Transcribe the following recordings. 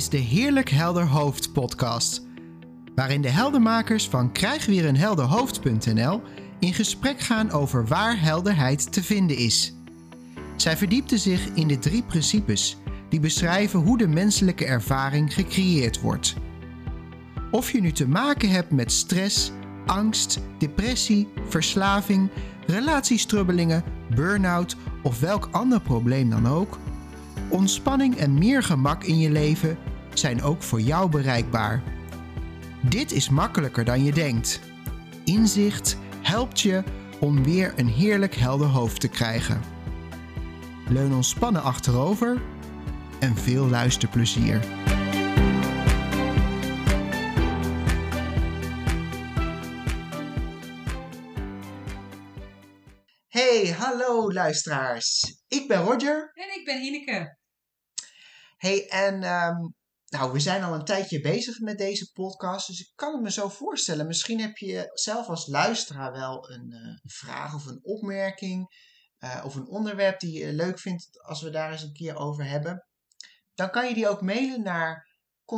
is de Heerlijk Helder Hoofd podcast, waarin de heldermakers van krijgweerenhelderhoofd.nl in gesprek gaan over waar helderheid te vinden is. Zij verdiepten zich in de 3 principes die beschrijven hoe de menselijke ervaring gecreëerd wordt. Of je nu te maken hebt met stress, angst, depressie, verslaving, relatiestrubbelingen, burn-out of welk ander probleem dan ook, ontspanning en meer gemak in je leven zijn ook voor jou bereikbaar. Dit is makkelijker dan je denkt. Inzicht helpt je om weer een heerlijk helder hoofd te krijgen. Leun ontspannen achterover en veel luisterplezier. Hey, hallo luisteraars. Ik ben Roger. En ik ben Ineke. Hey, en we zijn al een tijdje bezig met deze podcast, dus ik kan het me zo voorstellen. Misschien heb je zelf als luisteraar wel een vraag of een opmerking of een onderwerp die je leuk vindt als we daar eens een keer over hebben. Dan kan je die ook mailen naar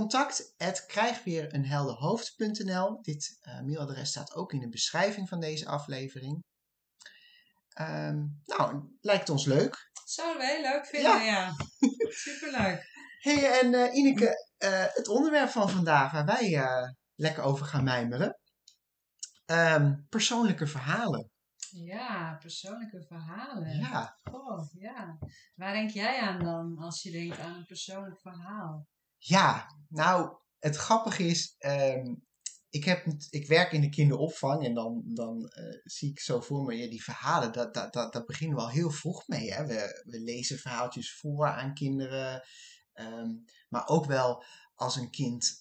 contact@krijgweerenhelderhoofd.nl. Dit mailadres staat ook in de beschrijving van deze aflevering. Lijkt ons leuk. Zouden we heel leuk vinden, ja. Superleuk. Hey, en Ineke, het onderwerp van vandaag waar wij lekker over gaan mijmeren. Persoonlijke verhalen. Ja, persoonlijke verhalen. Ja. Oh, ja. Waar denk jij aan dan als je denkt aan een persoonlijk verhaal? Ja, nou, het grappige is, ik werk in de kinderopvang en dan zie ik zo voor me, die verhalen, daar beginnen we al heel vroeg mee. Hè? We lezen verhaaltjes voor aan kinderen, maar ook wel als een kind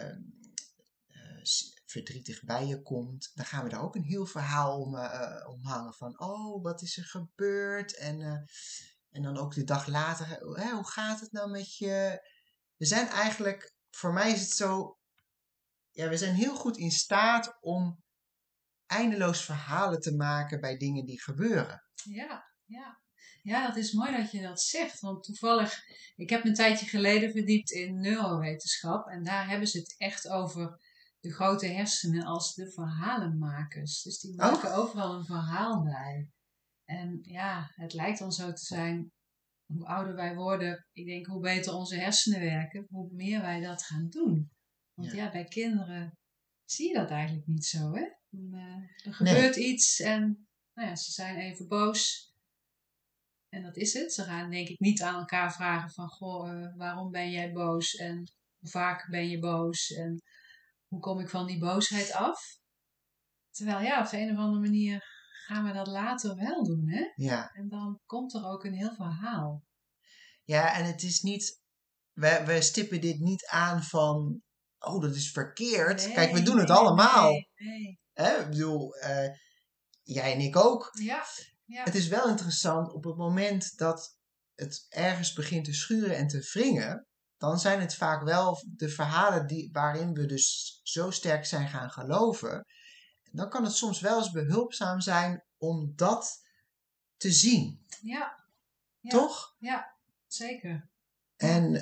verdrietig bij je komt, dan gaan we daar ook een heel verhaal om hangen van, oh, wat is er gebeurd? En dan ook de dag later, hoe gaat het nou met je? We zijn eigenlijk, voor mij is het zo, ja, we zijn heel goed in staat om eindeloos verhalen te maken bij dingen die gebeuren. Ja. Ja, dat is mooi dat je dat zegt. Want toevallig, ik heb een tijdje geleden verdiept in neurowetenschap. En daar hebben ze het echt over de grote hersenen als de verhalenmakers. Dus die maken overal een verhaal bij. En ja, het lijkt dan zo te zijn, hoe ouder wij worden, ik denk hoe beter onze hersenen werken, hoe meer wij dat gaan doen. Want ja bij kinderen zie je dat eigenlijk niet zo, hè? Er gebeurt iets en ze zijn even boos. En dat is het. Ze gaan denk ik niet aan elkaar vragen van, goh, waarom ben jij boos? En hoe vaak ben je boos? En hoe kom ik van die boosheid af? Terwijl op de een of andere manier gaan we dat later wel doen, hè? Ja. En dan komt er ook een heel verhaal. Ja, en het is niet, we stippen dit niet aan van, oh, dat is verkeerd. Nee, kijk, we doen het allemaal. Nee. Ik bedoel, jij en ik ook. Ja. Het is wel interessant op het moment dat het ergens begint te schuren en te wringen, dan zijn het vaak wel de verhalen waarin we dus zo sterk zijn gaan geloven. Dan kan het soms wel eens behulpzaam zijn om dat te zien. Ja. Toch? Ja, zeker. En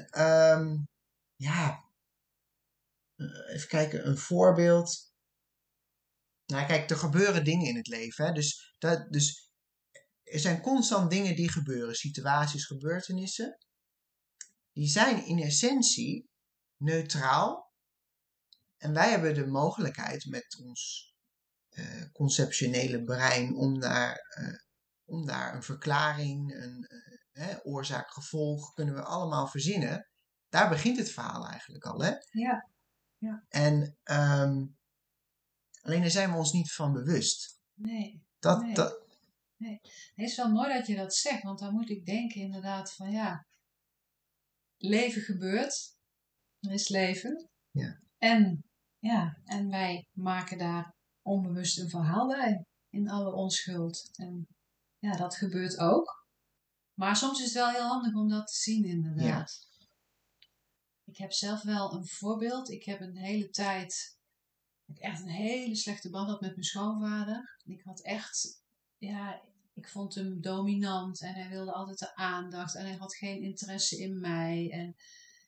even kijken, een voorbeeld. Nou kijk, er gebeuren dingen in het leven. Hè? Dus er zijn constant dingen die gebeuren. Situaties, gebeurtenissen. Die zijn in essentie neutraal. En wij hebben de mogelijkheid met ons conceptionele brein om daar een verklaring, een oorzaak-gevolg, kunnen we allemaal verzinnen. Daar begint het verhaal eigenlijk al, hè? Ja. En alleen daar zijn we ons niet van bewust. Nee. Nee. Het is wel mooi dat je dat zegt, want dan moet ik denken inderdaad van leven gebeurt. Er is leven. Ja. En wij maken daar onbewust een verhaal bij. In alle onschuld. En ja, dat gebeurt ook. Maar soms is het wel heel handig om dat te zien inderdaad. Ja. Ik heb zelf wel een voorbeeld. Ik heb een hele tijd echt een hele slechte band had met mijn schoonvader. Ik had echt, ik vond hem dominant en hij wilde altijd de aandacht en hij had geen interesse in mij. En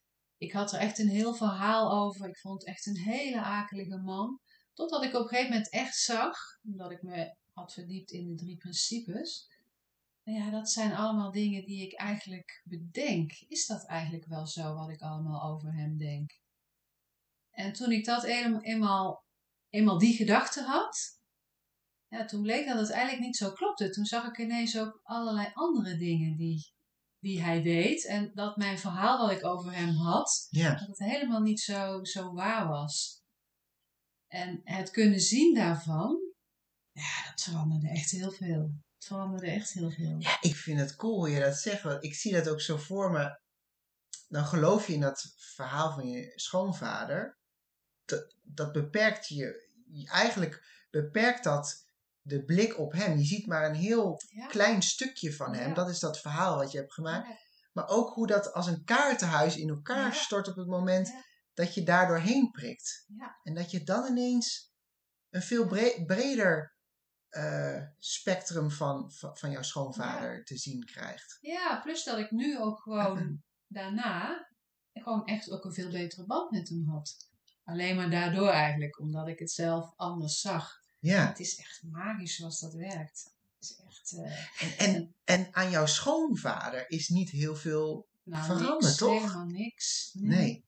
ik had er echt een heel verhaal over. Ik vond het echt een hele akelige man. Totdat ik op een gegeven moment echt zag, omdat ik me had verdiept in de 3 principes. Nou ja, dat zijn allemaal dingen die ik eigenlijk bedenk. Is dat eigenlijk wel zo wat ik allemaal over hem denk? En toen ik dat eenmaal die gedachte had, ja, toen bleek dat het eigenlijk niet zo klopte. Toen zag ik ineens ook allerlei andere dingen die hij deed. En dat mijn verhaal wat ik over hem had, Ja. dat het helemaal niet zo waar was. En het kunnen zien daarvan, ja, dat veranderde echt heel veel. Het veranderde echt heel veel. Ja, ik vind het cool hoe je dat zegt. Want ik zie dat ook zo voor me. Dan geloof je in dat verhaal van je schoonvader. Dat beperkt eigenlijk beperkt dat de blik op hem. Je ziet maar een heel klein stukje van hem. Ja. Dat is dat verhaal wat je hebt gemaakt. Ja. Maar ook hoe dat als een kaartenhuis in elkaar stort op het moment dat je daar doorheen prikt. Ja. En dat je dan ineens een veel breder spectrum van jouw schoonvader te zien krijgt. Ja, plus dat ik nu ook gewoon daarna gewoon echt ook een veel betere band met hem had. Alleen maar daardoor eigenlijk, omdat ik het zelf anders zag. Ja. Het is echt magisch zoals dat werkt. Het is echt... En aan jouw schoonvader is niet heel veel veranderd, toch? Helemaal niks. Nee.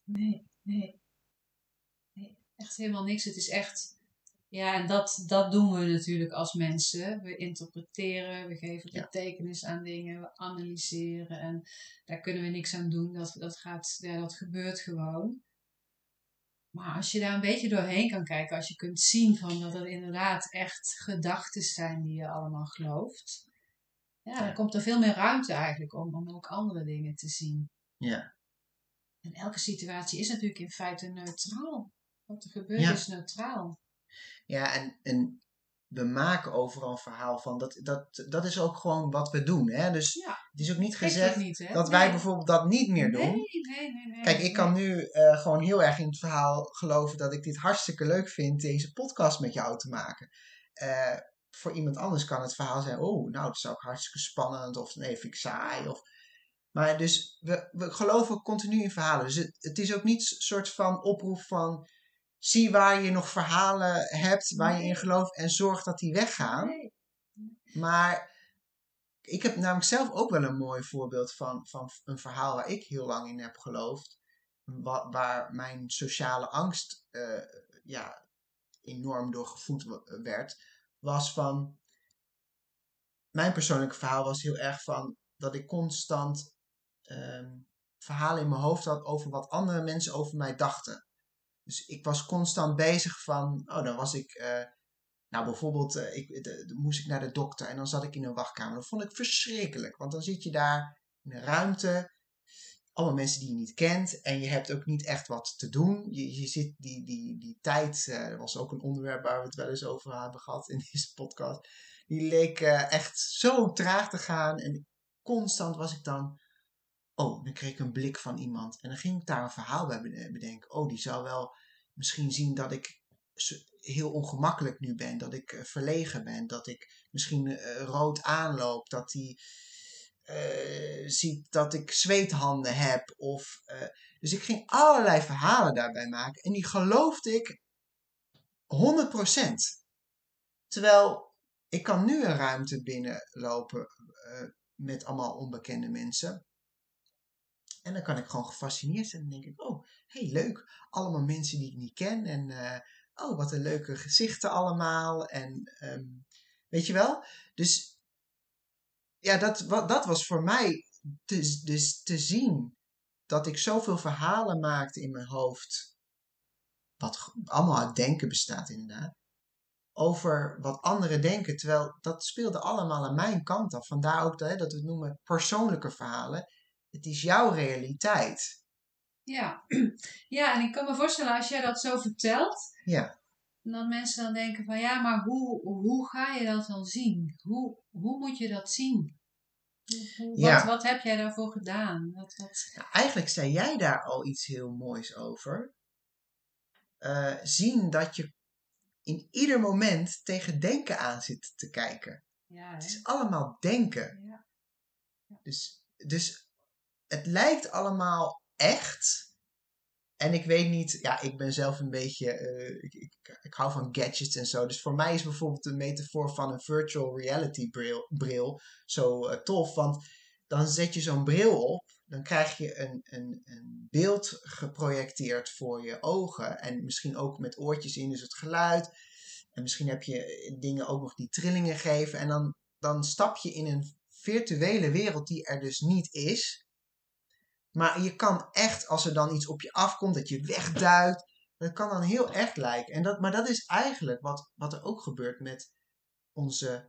Echt helemaal niks. Het is echt... Ja, en dat doen we natuurlijk als mensen. We interpreteren, we geven betekenis aan dingen, we analyseren. En daar kunnen we niks aan doen. Dat gebeurt gewoon. Maar als je daar een beetje doorheen kan kijken, als je kunt zien van dat het inderdaad echt gedachten zijn die je allemaal gelooft. Ja, dan komt er veel meer ruimte eigenlijk om ook andere dingen te zien. Ja. En elke situatie is natuurlijk in feite neutraal. Wat er gebeurt is neutraal. Ja, en we maken overal een verhaal van. Dat is ook gewoon wat we doen. Hè? Dus het is ook niet gezegd dat wij bijvoorbeeld dat niet meer doen. Nee. Kijk, ik kan nu gewoon heel erg in het verhaal geloven dat ik dit hartstikke leuk vind, deze podcast met jou te maken. Voor iemand anders kan het verhaal zijn, oh, nou, het is ook hartstikke spannend, of nee, vind ik saai. Maar dus, we geloven continu in verhalen. Dus het is ook niet een soort van oproep van, zie waar je nog verhalen hebt, waar je in gelooft en zorg dat die weggaan. Nee. Maar ik heb namelijk zelf ook wel een mooi voorbeeld van een verhaal waar ik heel lang in heb geloofd. Waar mijn sociale angst enorm door gevoed werd. Was van, mijn persoonlijke verhaal was heel erg van dat ik constant verhalen in mijn hoofd had over wat andere mensen over mij dachten. Dus ik was constant bezig van, dan was ik, bijvoorbeeld moest ik naar de dokter en dan zat ik in een wachtkamer. Dat vond ik verschrikkelijk, want dan zit je daar in een ruimte, allemaal mensen die je niet kent en je hebt ook niet echt wat te doen. Je zit die tijd, dat was ook een onderwerp waar we het wel eens over hebben gehad in deze podcast, die leek echt zo traag te gaan en constant was ik dan, dan kreeg ik een blik van iemand. En dan ging ik daar een verhaal bij bedenken. Die zou wel misschien zien dat ik heel ongemakkelijk nu ben. Dat ik verlegen ben. Dat ik misschien rood aanloop. Dat hij ziet dat ik zweethanden heb. Dus ik ging allerlei verhalen daarbij maken. En die geloofde ik 100%. Terwijl ik kan nu een ruimte binnenlopen met allemaal onbekende mensen. En dan kan ik gewoon gefascineerd zijn. En dan denk ik, leuk. Allemaal mensen die ik niet ken. En wat een leuke gezichten allemaal. En weet je wel. Dus ja, dat was voor mij dus te zien. Dat ik zoveel verhalen maakte in mijn hoofd. Wat allemaal uit denken bestaat inderdaad. Over wat anderen denken. Terwijl dat speelde allemaal aan mijn kant af. Vandaar ook dat we het noemen persoonlijke verhalen. Het is jouw realiteit. Ja. Ja, en ik kan me voorstellen als jij dat zo vertelt. Ja. Dat mensen dan denken van ja, maar hoe ga je dat dan zien? Hoe moet je dat zien? Wat heb jij daarvoor gedaan? Nou, eigenlijk zei jij daar al iets heel moois over. Zien dat je in ieder moment tegen denken aan zit te kijken. Ja, het is allemaal denken. Ja. Dus het lijkt allemaal echt. En ik weet niet, ja, ik ben zelf een beetje, ik hou van gadgets en zo. Dus voor mij is bijvoorbeeld de metafoor van een virtual reality bril zo tof. Want dan zet je zo'n bril op, dan krijg je een beeld geprojecteerd voor je ogen. En misschien ook met oortjes in, dus het geluid. En misschien heb je dingen ook nog die trillingen geven. En dan stap je in een virtuele wereld die er dus niet is. Maar je kan echt, als er dan iets op je afkomt, dat je wegduikt. Dat kan dan heel echt lijken. Maar dat is eigenlijk wat er ook gebeurt met onze,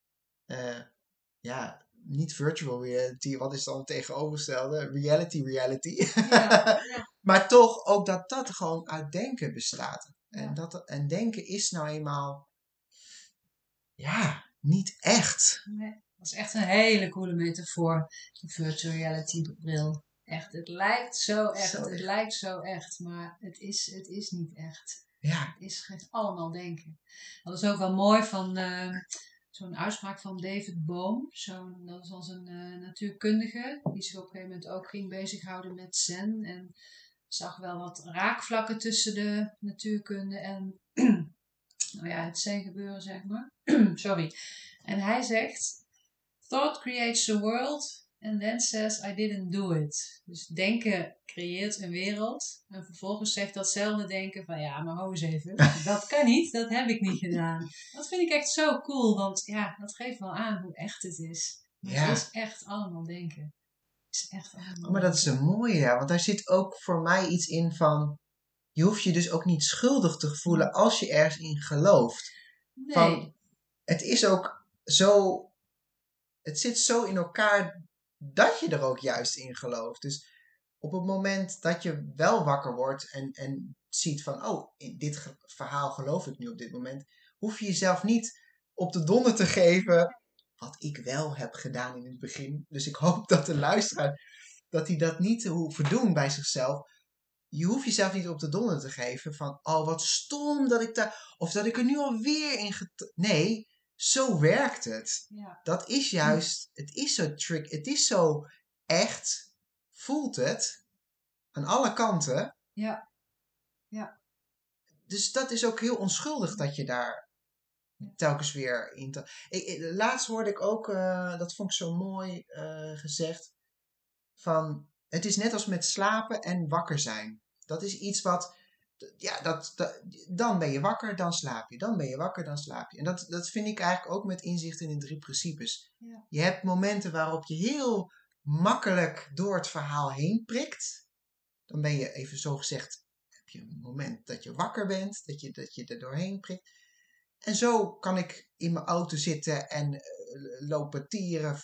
niet virtual reality. Wat is dan het tegenovergestelde? Reality. Ja. Maar toch ook dat gewoon uit denken bestaat. Ja. En denken is nou eenmaal, niet echt. Nee, dat is echt een hele coole metafoor. De virtual reality bril. Echt, het lijkt zo echt. Het lijkt zo echt, maar het is niet echt. Ja. Het is allemaal denken. Dat is ook wel mooi van zo'n uitspraak van David Bohm. Dat was een natuurkundige die zich op een gegeven moment ook ging bezighouden met zen. En zag wel wat raakvlakken tussen de natuurkunde en het zen gebeuren, zeg maar. Sorry. En hij zegt, thought creates the world and then says I didn't do it. Dus denken creëert een wereld en vervolgens zegt datzelfde denken van maar ho eens even, dat kan niet, dat heb ik niet gedaan. Dat vind ik echt zo cool, want dat geeft wel aan hoe echt het is. Het is echt allemaal denken. Het is echt allemaal maar dat is een mooie, want daar zit ook voor mij iets in van, je hoeft je dus ook niet schuldig te voelen als je ergens in gelooft. Nee. Van, het is ook zo, het zit zo in elkaar dat je er ook juist in gelooft. Dus op het moment dat je wel wakker wordt en ziet van, in dit verhaal geloof ik nu op dit moment, hoef je jezelf niet op de donder te geven, wat ik wel heb gedaan in het begin. Dus ik hoop dat de luisteraar, dat hij dat niet hoeft doen bij zichzelf. Je hoeft jezelf niet op de donder te geven van, wat stom dat ik daar, of dat ik er nu alweer in Nee, zo werkt het. Ja. Dat is juist, het is zo trick, het is zo echt, voelt het, aan alle kanten. Ja. Dus dat is ook heel onschuldig dat je daar telkens weer in laatst hoorde ik ook, dat vond ik zo mooi gezegd, van, het is net als met slapen en wakker zijn. Dat is iets wat, dan ben je wakker, dan slaap je. Dan ben je wakker, dan slaap je. En dat vind ik eigenlijk ook met inzicht in de 3 principes. Ja. Je hebt momenten waarop je heel makkelijk door het verhaal heen prikt. Dan ben je even zo gezegd, heb je een moment dat je wakker bent, dat je er doorheen prikt. En zo kan ik in mijn auto zitten en lopen tieren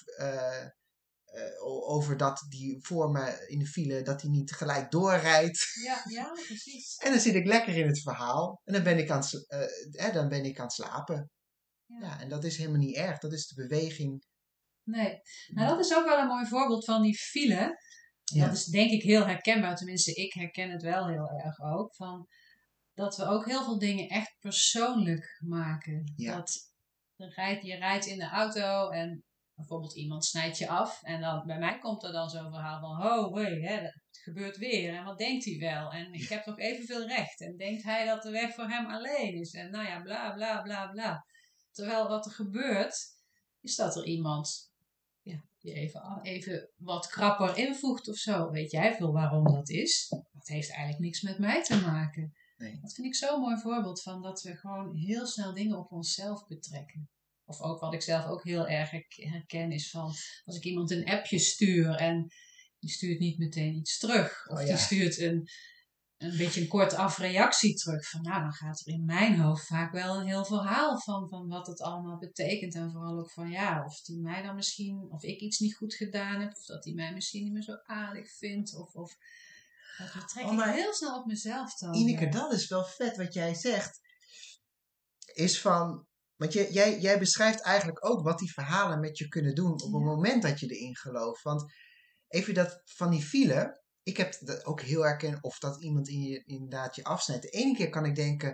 over dat die voor me in de file, dat die niet gelijk doorrijdt. Ja, precies. En dan zit ik lekker in het verhaal. En dan ben ik aan het slapen. Ja, en dat is helemaal niet erg. Dat is de beweging. Nee. Nou, dat is ook wel een mooi voorbeeld van die file. Ja. Dat is denk ik heel herkenbaar. Tenminste, ik herken het wel heel erg ook. Van dat we ook heel veel dingen echt persoonlijk maken. Ja. Dat je rijdt in de auto en bijvoorbeeld iemand snijdt je af. En dan bij mij komt er dan zo'n verhaal van, het gebeurt weer. En wat denkt hij wel? En ik heb toch evenveel recht. En denkt hij dat de weg voor hem alleen is? En bla bla bla bla. Terwijl wat er gebeurt, is dat er iemand die even wat krapper invoegt of zo. Weet jij veel waarom dat is? Dat heeft eigenlijk niks met mij te maken. Nee. Dat vind ik zo'n mooi voorbeeld van dat we gewoon heel snel dingen op onszelf betrekken. Of ook wat ik zelf ook heel erg herken is van, als ik iemand een appje stuur en die stuurt niet meteen iets terug. Of die stuurt een beetje een kort afreactie terug. Van dan gaat er in mijn hoofd vaak wel een heel verhaal van wat het allemaal betekent. En vooral ook van of die mij dan misschien, of ik iets niet goed gedaan heb. Of dat die mij misschien niet meer zo aardig vindt. Of dat betrek ik heel snel op mezelf dan. Ineke, dat is wel vet wat jij zegt. Is van, want jij beschrijft eigenlijk ook wat die verhalen met je kunnen doen op het moment dat je erin gelooft. Want even dat van die file, ik heb dat ook heel herkend, of dat iemand inderdaad je afsnijdt. De ene keer kan ik denken,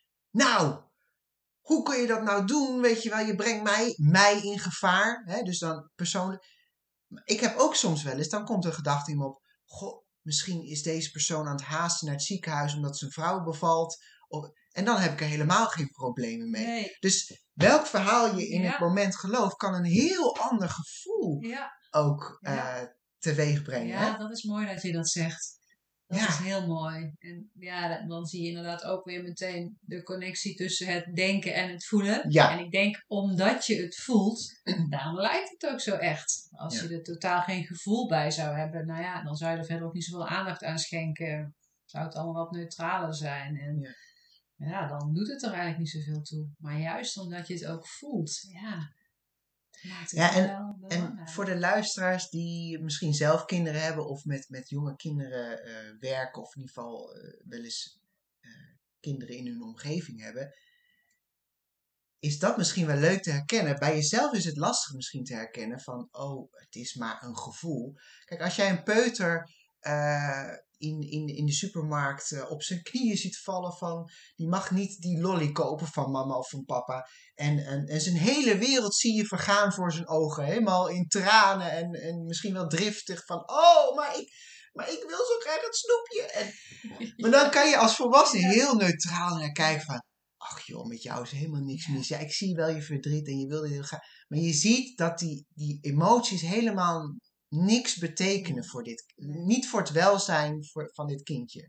hoe kun je dat nou doen? Weet je wel, je brengt mij in gevaar. Hè? Dus dan persoonlijk. Ik heb ook soms wel eens, dan komt een gedachte in me op, goh, misschien is deze persoon aan het haasten naar het ziekenhuis omdat zijn vrouw bevalt. En dan heb ik er helemaal geen problemen mee. Nee. Dus welk verhaal je in het moment gelooft, kan een heel ander gevoel ook teweeg brengen. Ja, hè? dat is mooi dat je dat zegt. Dat is heel mooi. En dan zie je inderdaad ook weer meteen de connectie tussen het denken en het voelen. Ja. En ik denk, omdat je het voelt, daarom lijkt het ook zo echt. Als je er totaal geen gevoel bij zou hebben, dan zou je er verder ook niet zoveel aandacht aan schenken. Zou het allemaal wat neutraler zijn. En dan doet het er eigenlijk niet zoveel toe. Maar juist omdat je het ook voelt, maakt het wel belangrijk. En voor de luisteraars die misschien zelf kinderen hebben of met jonge kinderen werken of in ieder geval wel eens kinderen in hun omgeving hebben, is dat misschien wel leuk te herkennen. Bij jezelf is het lastig misschien te herkennen van, het is maar een gevoel. Kijk, als jij een peuter in de supermarkt op zijn knieën ziet vallen van, die mag niet die lolly kopen van mama of van papa. En zijn hele wereld zie je vergaan voor zijn ogen. Helemaal in tranen en misschien wel driftig van, maar ik wil zo graag het snoepje. Maar dan kan je als volwassene heel neutraal naar kijken van, ach joh, met jou is helemaal niks mis. Ja, ik zie wel je verdriet en je wilde heel graag. Maar je ziet dat die emoties helemaal niks betekenen voor niet voor het welzijn van dit kindje.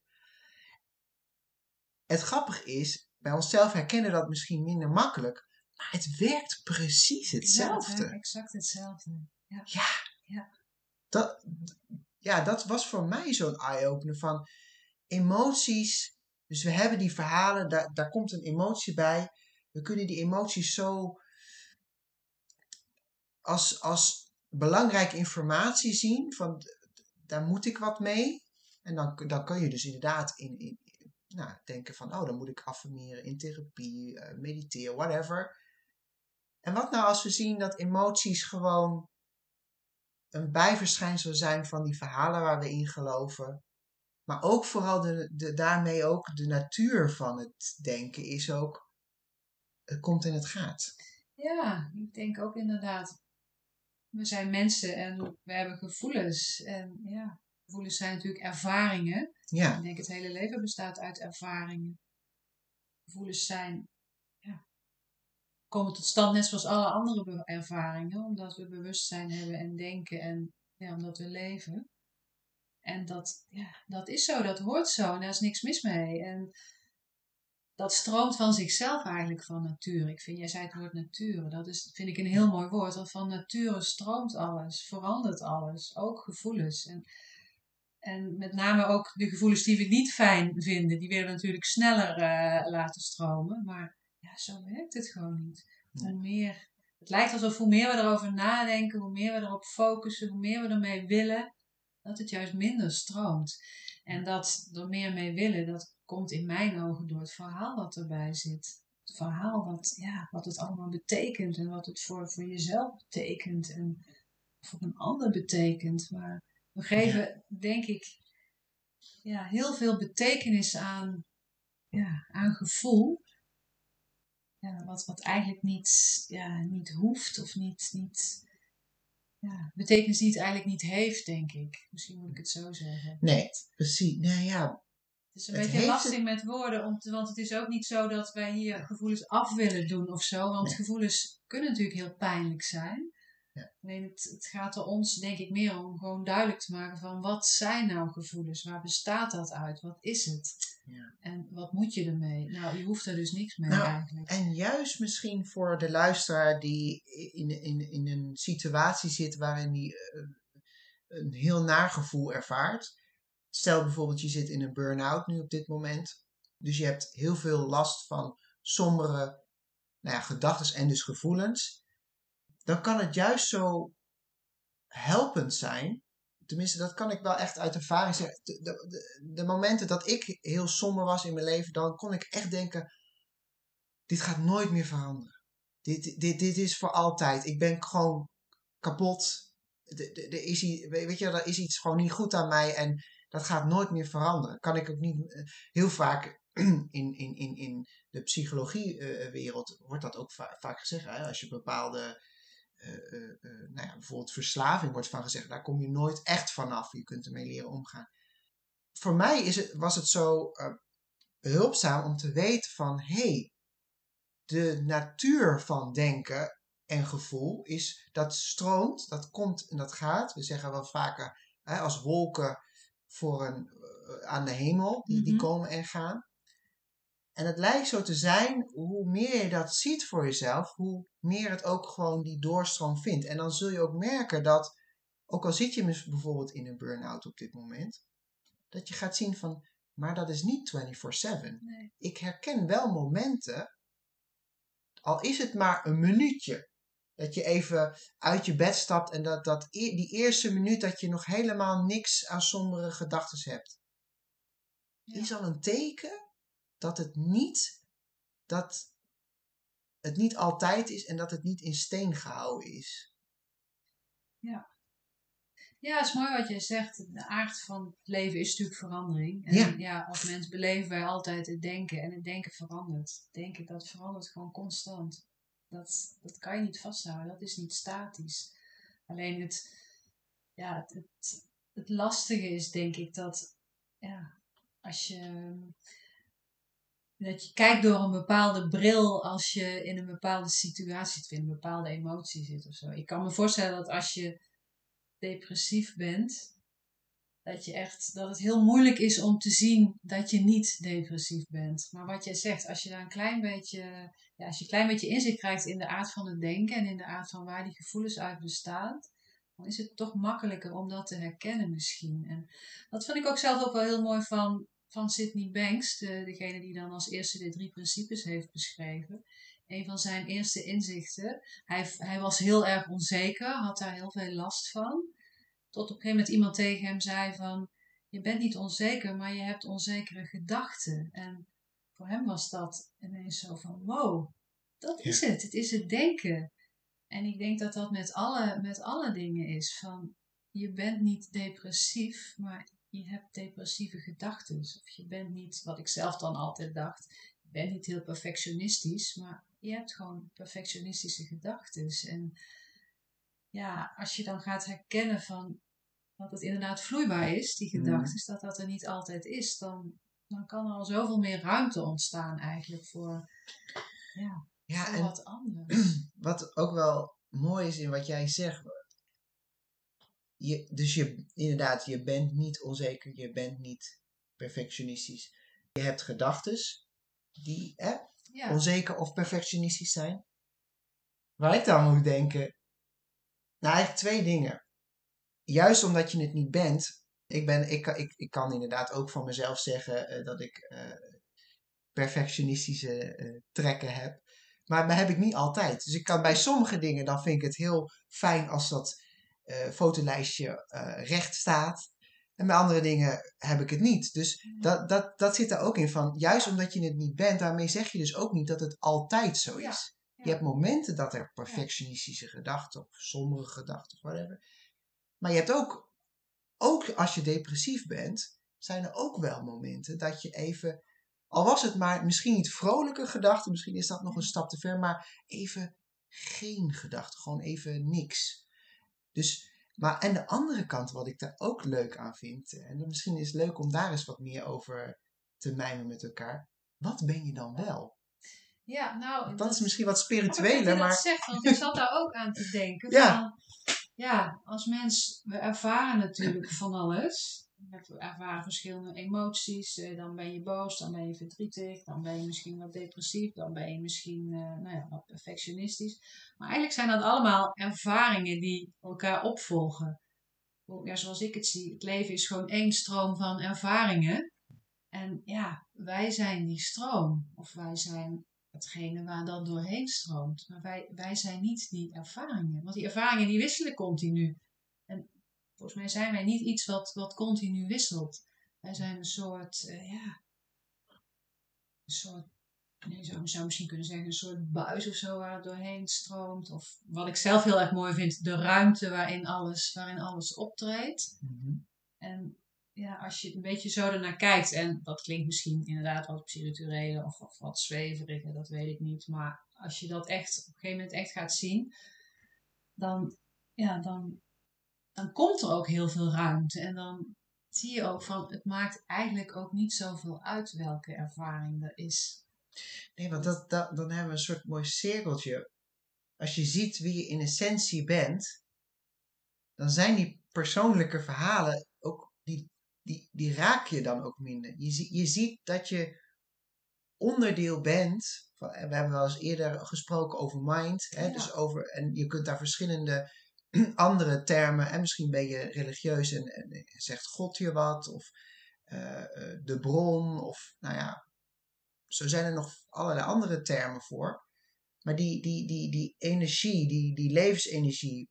Het grappige is, bij onszelf herkennen dat misschien minder makkelijk, maar het werkt precies hetzelfde. Ja, exact hetzelfde. Dat was voor mij zo'n eye-opener van emoties. Dus we hebben die verhalen, daar komt een emotie bij. We kunnen die emoties zo als belangrijke informatie zien. Van, daar moet ik wat mee. En dan kun je dus inderdaad denken van, dan moet ik affirmeren in therapie, mediteren, whatever. En wat nou als we zien dat emoties gewoon een bijverschijnsel zijn van die verhalen waar we in geloven. Maar ook vooral daarmee ook de natuur van het denken is ook, het komt en het gaat. Ja, ik denk ook inderdaad. We zijn mensen en we hebben gevoelens. En gevoelens zijn natuurlijk ervaringen. Ja. Ik denk het hele leven bestaat uit ervaringen. Gevoelens komen tot stand net zoals alle andere ervaringen. Omdat we bewustzijn hebben en denken en omdat we leven. En dat is zo, dat hoort zo en daar is niks mis mee. En dat stroomt van zichzelf eigenlijk van nature. Jij zei het woord nature. Dat vind ik een heel mooi woord. Want van nature stroomt alles, verandert alles. Ook gevoelens. En met name ook de gevoelens die we niet fijn vinden. Die willen we natuurlijk sneller laten stromen. Maar zo werkt het gewoon niet. Het lijkt alsof hoe meer we erover nadenken, hoe meer we erop focussen, hoe meer we ermee willen, dat het juist minder stroomt. En dat er meer mee willen, dat komt in mijn ogen door het verhaal wat erbij zit. Het verhaal wat het allemaal betekent en wat het voor jezelf betekent en voor een ander betekent. Maar we geven, denk ik, heel veel betekenis aan gevoel. Wat eigenlijk niet hoeft of niet betekenis die het eigenlijk niet heeft, denk ik. Misschien moet ik het zo zeggen. Nee, precies. Nee, ja. Het is een beetje lastig met woorden, want het is ook niet zo dat wij hier gevoelens af willen doen of zo. Want gevoelens kunnen natuurlijk heel pijnlijk zijn. Ja. Alleen het gaat er ons, denk ik, meer om gewoon duidelijk te maken van wat zijn nou gevoelens? Waar bestaat dat uit? Wat is het? Ja. En wat moet je ermee? Nou, je hoeft er dus niks mee eigenlijk. En juist misschien voor de luisteraar die in een situatie zit waarin die een heel naar gevoel ervaart. Stel bijvoorbeeld je zit in een burn-out nu op dit moment. Dus je hebt heel veel last van sombere gedachten en dus gevoelens. Dan kan het juist zo helpend zijn. Tenminste, dat kan ik wel echt uit ervaring zeggen. De momenten dat ik heel somber was in mijn leven, dan kon ik echt denken, dit gaat nooit meer veranderen. Dit is voor altijd. Ik ben gewoon kapot. Er is iets gewoon niet goed aan mij en dat gaat nooit meer veranderen. Kan ik ook niet. Heel vaak in de psychologiewereld wordt dat ook vaak gezegd. Hè? Als je bepaalde bijvoorbeeld verslaving wordt van gezegd, daar kom je nooit echt vanaf. Je kunt ermee leren omgaan. voor mij was het zo hulpzaam om te weten van... de natuur van denken en gevoel is... dat stroomt, dat komt en dat gaat. We zeggen wel vaker als wolken aan de hemel. Die komen en gaan. En het lijkt zo te zijn, hoe meer je dat ziet voor jezelf... hoe meer het ook gewoon die doorstroom vindt. En dan zul je ook merken dat... ook al zit je bijvoorbeeld in een burn-out op dit moment... dat je gaat zien van... maar dat is niet 24/7. Nee. Ik herken wel momenten... al is het maar een minuutje... dat je even uit je bed stapt... en die eerste minuut dat je nog helemaal niks aan sombere gedachten hebt... Ja. is al een teken... dat het niet altijd is... en dat het niet in steen gehouden is. Ja. Ja, het is mooi wat je zegt. De aard van het leven is natuurlijk verandering. En als mens beleven wij altijd het denken. En het denken verandert. Het denken, dat verandert gewoon constant. Dat kan je niet vasthouden. Dat is niet statisch. Alleen het lastige is, denk ik, dat als dat je kijkt door een bepaalde bril als je in een bepaalde situatie zit, in een bepaalde emotie zit of zo. Ik kan me voorstellen dat als je depressief bent, dat het heel moeilijk is om te zien dat je niet depressief bent. Maar wat jij zegt, als je daar een klein beetje inzicht krijgt in de aard van het denken en in de aard van waar die gevoelens uit bestaan, dan is het toch makkelijker om dat te herkennen misschien. En dat vind ik ook zelf ook wel heel mooi van Sydney Banks, degene die dan als eerste de 3 principes heeft beschreven. Een van zijn eerste inzichten. Hij was heel erg onzeker, had daar heel veel last van. Tot op een gegeven moment iemand tegen hem zei van... je bent niet onzeker, maar je hebt onzekere gedachten. En voor hem was dat ineens zo van... wow, dat is het. Het is het denken. En ik denk dat dat met alle dingen is. Van, je bent niet depressief, maar je hebt depressieve gedachten. Of je bent niet, wat ik zelf dan altijd dacht... je bent niet heel perfectionistisch, maar je hebt gewoon perfectionistische gedachten. En als je dan gaat herkennen van dat het inderdaad vloeibaar is, die gedachten, dat er niet altijd is, dan kan er al zoveel meer ruimte ontstaan eigenlijk voor wat anders. Wat ook wel mooi is in wat jij zegt, inderdaad, je bent niet onzeker, je bent niet perfectionistisch. Je hebt gedachten die onzeker of perfectionistisch zijn. Waar ik dan moet denken, nou eigenlijk 2 dingen. Juist omdat je het niet bent, ik kan inderdaad ook van mezelf zeggen dat ik perfectionistische trekken heb. Maar dat heb ik niet altijd. Dus ik kan bij sommige dingen, dan vind ik het heel fijn als dat fotolijstje recht staat. En bij andere dingen heb ik het niet. Dus dat zit er ook in van, juist omdat je het niet bent, daarmee zeg je dus ook niet dat het altijd zo is. Ja. Je hebt momenten dat er perfectionistische gedachten of sombere gedachten of whatever. Maar je hebt ook als je depressief bent, zijn er ook wel momenten dat je even, al was het maar misschien niet vrolijke gedachten, misschien is dat nog een stap te ver, maar even geen gedachten, gewoon even niks. Dus, en de andere kant, wat ik daar ook leuk aan vind, en misschien is het leuk om daar eens wat meer over te mijmen met elkaar, wat ben je dan wel? Ja, nou... Dat is misschien wat spiritueler, maar... Dat zegt, want ik zat daar ook aan te denken. Als mens, we ervaren natuurlijk van alles. We ervaren verschillende emoties. Dan ben je boos, dan ben je verdrietig, dan ben je misschien wat depressief, dan ben je misschien wat perfectionistisch. Maar eigenlijk zijn dat allemaal ervaringen die elkaar opvolgen. Ja, zoals ik het zie, het leven is gewoon 1 stroom van ervaringen. En wij zijn die stroom. Of wij zijn hetgene waar dat doorheen stroomt. Maar wij zijn niet die ervaringen. Want die ervaringen die wisselen continu. En volgens mij zijn wij niet iets wat continu wisselt. Wij zijn een soort, je zou misschien kunnen zeggen, een soort buis of zo waar het doorheen stroomt. Of wat ik zelf heel erg mooi vind, de ruimte waarin alles optreedt. Mm-hmm. En als je een beetje zo ernaar kijkt, en dat klinkt misschien inderdaad wat spirituele of wat zweverig, dat weet ik niet. Maar als je dat echt op een gegeven moment echt gaat zien, dan komt er ook heel veel ruimte. En zie je ook van, het maakt eigenlijk ook niet zoveel uit welke ervaring er is. Nee, want dan hebben we een soort mooi cirkeltje. Als je ziet wie je in essentie bent, dan zijn die persoonlijke verhalen ook, die raak je dan ook minder. Je ziet dat je onderdeel bent. We hebben wel eens eerder gesproken over mind. Hè, dus en je kunt daar verschillende andere termen. En misschien ben je religieus en zegt God je wat. Of de bron. Of nou ja, zo zijn er nog allerlei andere termen voor. Maar die energie, die levensenergie.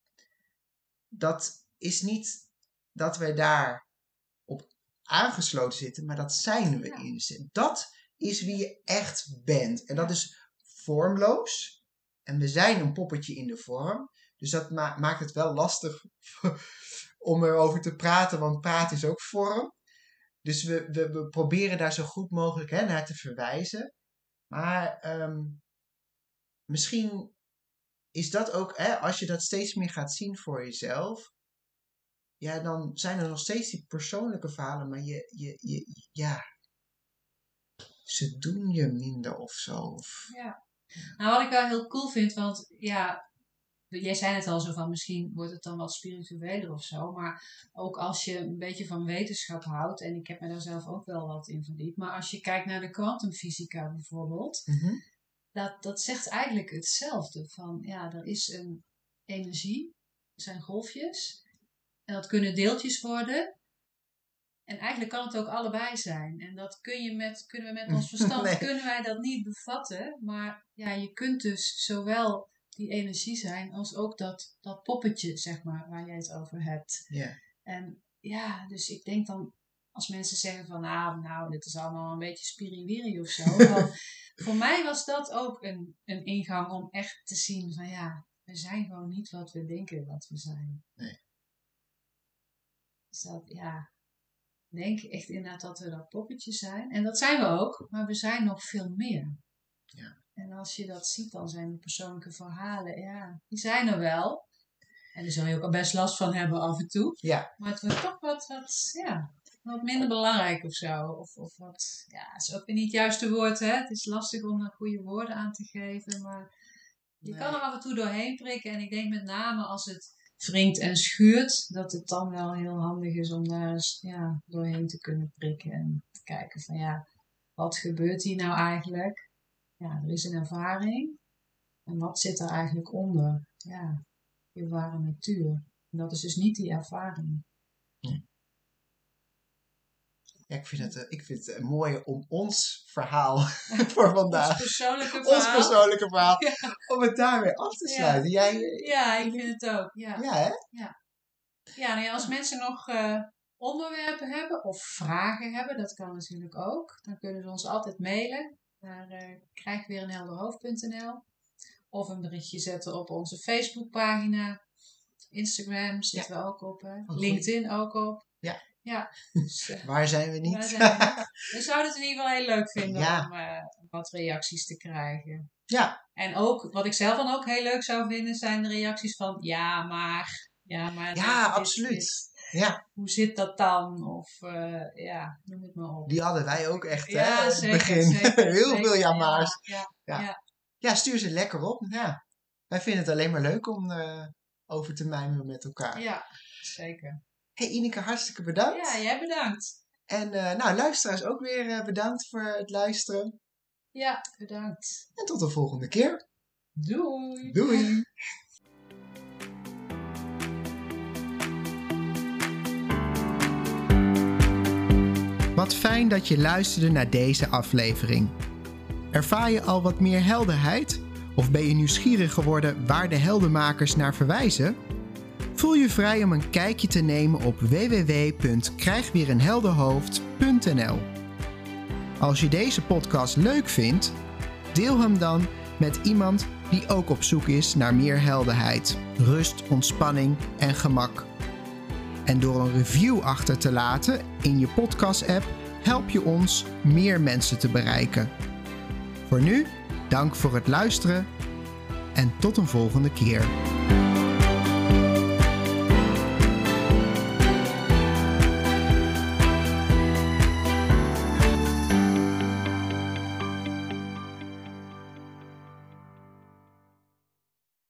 Dat is niet dat wij daar op aangesloten zitten. Maar dat zijn we in de zin. Dat is wie je echt bent. En dat is vormloos. En we zijn een poppetje in de vorm. Dus dat maakt het wel lastig om erover te praten. Want praten is ook vorm. Dus we proberen daar zo goed mogelijk naar te verwijzen. Maar misschien is dat ook, als je dat steeds meer gaat zien voor jezelf. Ja, dan zijn er nog steeds die persoonlijke verhalen. Maar ze doen je minder of zo. Ja. Nou, wat ik wel heel cool vind, want jij zei het al zo van, misschien wordt het dan wat spiritueler of zo, maar ook als je een beetje van wetenschap houdt, en ik heb me daar zelf ook wel wat in verdiept, maar als je kijkt naar de kwantumfysica bijvoorbeeld, dat zegt eigenlijk hetzelfde. Van, er is een energie, het zijn golfjes, en dat kunnen deeltjes worden. En eigenlijk kan het ook allebei zijn. En dat kunnen we met ons verstand kunnen wij dat niet bevatten. Maar je kunt dus zowel die energie zijn als ook dat poppetje, zeg maar, waar jij het over hebt. Yeah. En dus ik denk dan, als mensen zeggen van, nou, dit is allemaal een beetje spiriwiri of zo. Dan, voor mij was dat ook een ingang om echt te zien van, we zijn gewoon niet wat we denken wat we zijn. Nee. Dus dat, denk echt inderdaad dat we dat poppetje zijn. En dat zijn we ook, maar we zijn nog veel meer. Ja. En als je dat ziet, dan zijn de persoonlijke verhalen, die zijn er wel. En daar zou je ook al best last van hebben af en toe. Ja. Maar het wordt toch wat minder belangrijk of zo. Of wat, is ook weer niet het juiste woord, hè. Het is lastig om er goede woorden aan te geven, maar je kan er af en toe doorheen prikken. En ik denk met name als het wringt en schuurt, dat het dan wel heel handig is om daar eens doorheen te kunnen prikken en te kijken van wat gebeurt hier nou eigenlijk? Er is een ervaring en wat zit er eigenlijk onder? Je ware natuur. En dat is dus niet die ervaring. Ja, ik vind het mooi om ons verhaal voor vandaag. Ons persoonlijke verhaal. Om het daarmee af te sluiten. Ja, ik vind het ook. Ja, hè? Ja, als mensen nog onderwerpen hebben of vragen hebben, dat kan natuurlijk ook. Dan kunnen ze ons altijd mailen naar krijgweerenhelderhoofd.nl of een berichtje zetten op onze Facebookpagina. Instagram zitten we ook op. LinkedIn ook op. Ja. Dus, waar zijn we niet? We zouden het in ieder geval heel leuk vinden om wat reacties te krijgen. Ja. En ook, wat ik zelf dan ook heel leuk zou vinden, zijn de reacties van maar. Ja, absoluut. Ja. Hoe zit dat dan? Of noem het maar op. Die hadden wij ook echt in het begin. Zeker, heel veel ja-maars. Ja, stuur ze lekker op. Ja. Wij vinden het alleen maar leuk om over te mijmeren met elkaar. Ja, zeker. Hey Ineke, hartstikke bedankt. Ja, jij bedankt. En luisteraars ook weer bedankt voor het luisteren. Ja, bedankt. En tot de volgende keer. Doei. Doei. Wat fijn dat je luisterde naar deze aflevering. Ervaar je al wat meer helderheid? Of ben je nieuwsgierig geworden waar de heldenmakers naar verwijzen? Voel je vrij om een kijkje te nemen op www.krijgweerenhelderhoofd.nl. Als je deze podcast leuk vindt, deel hem dan met iemand die ook op zoek is naar meer helderheid, rust, ontspanning en gemak. En door een review achter te laten in je podcast-app help je ons meer mensen te bereiken. Voor nu, dank voor het luisteren en tot een volgende keer.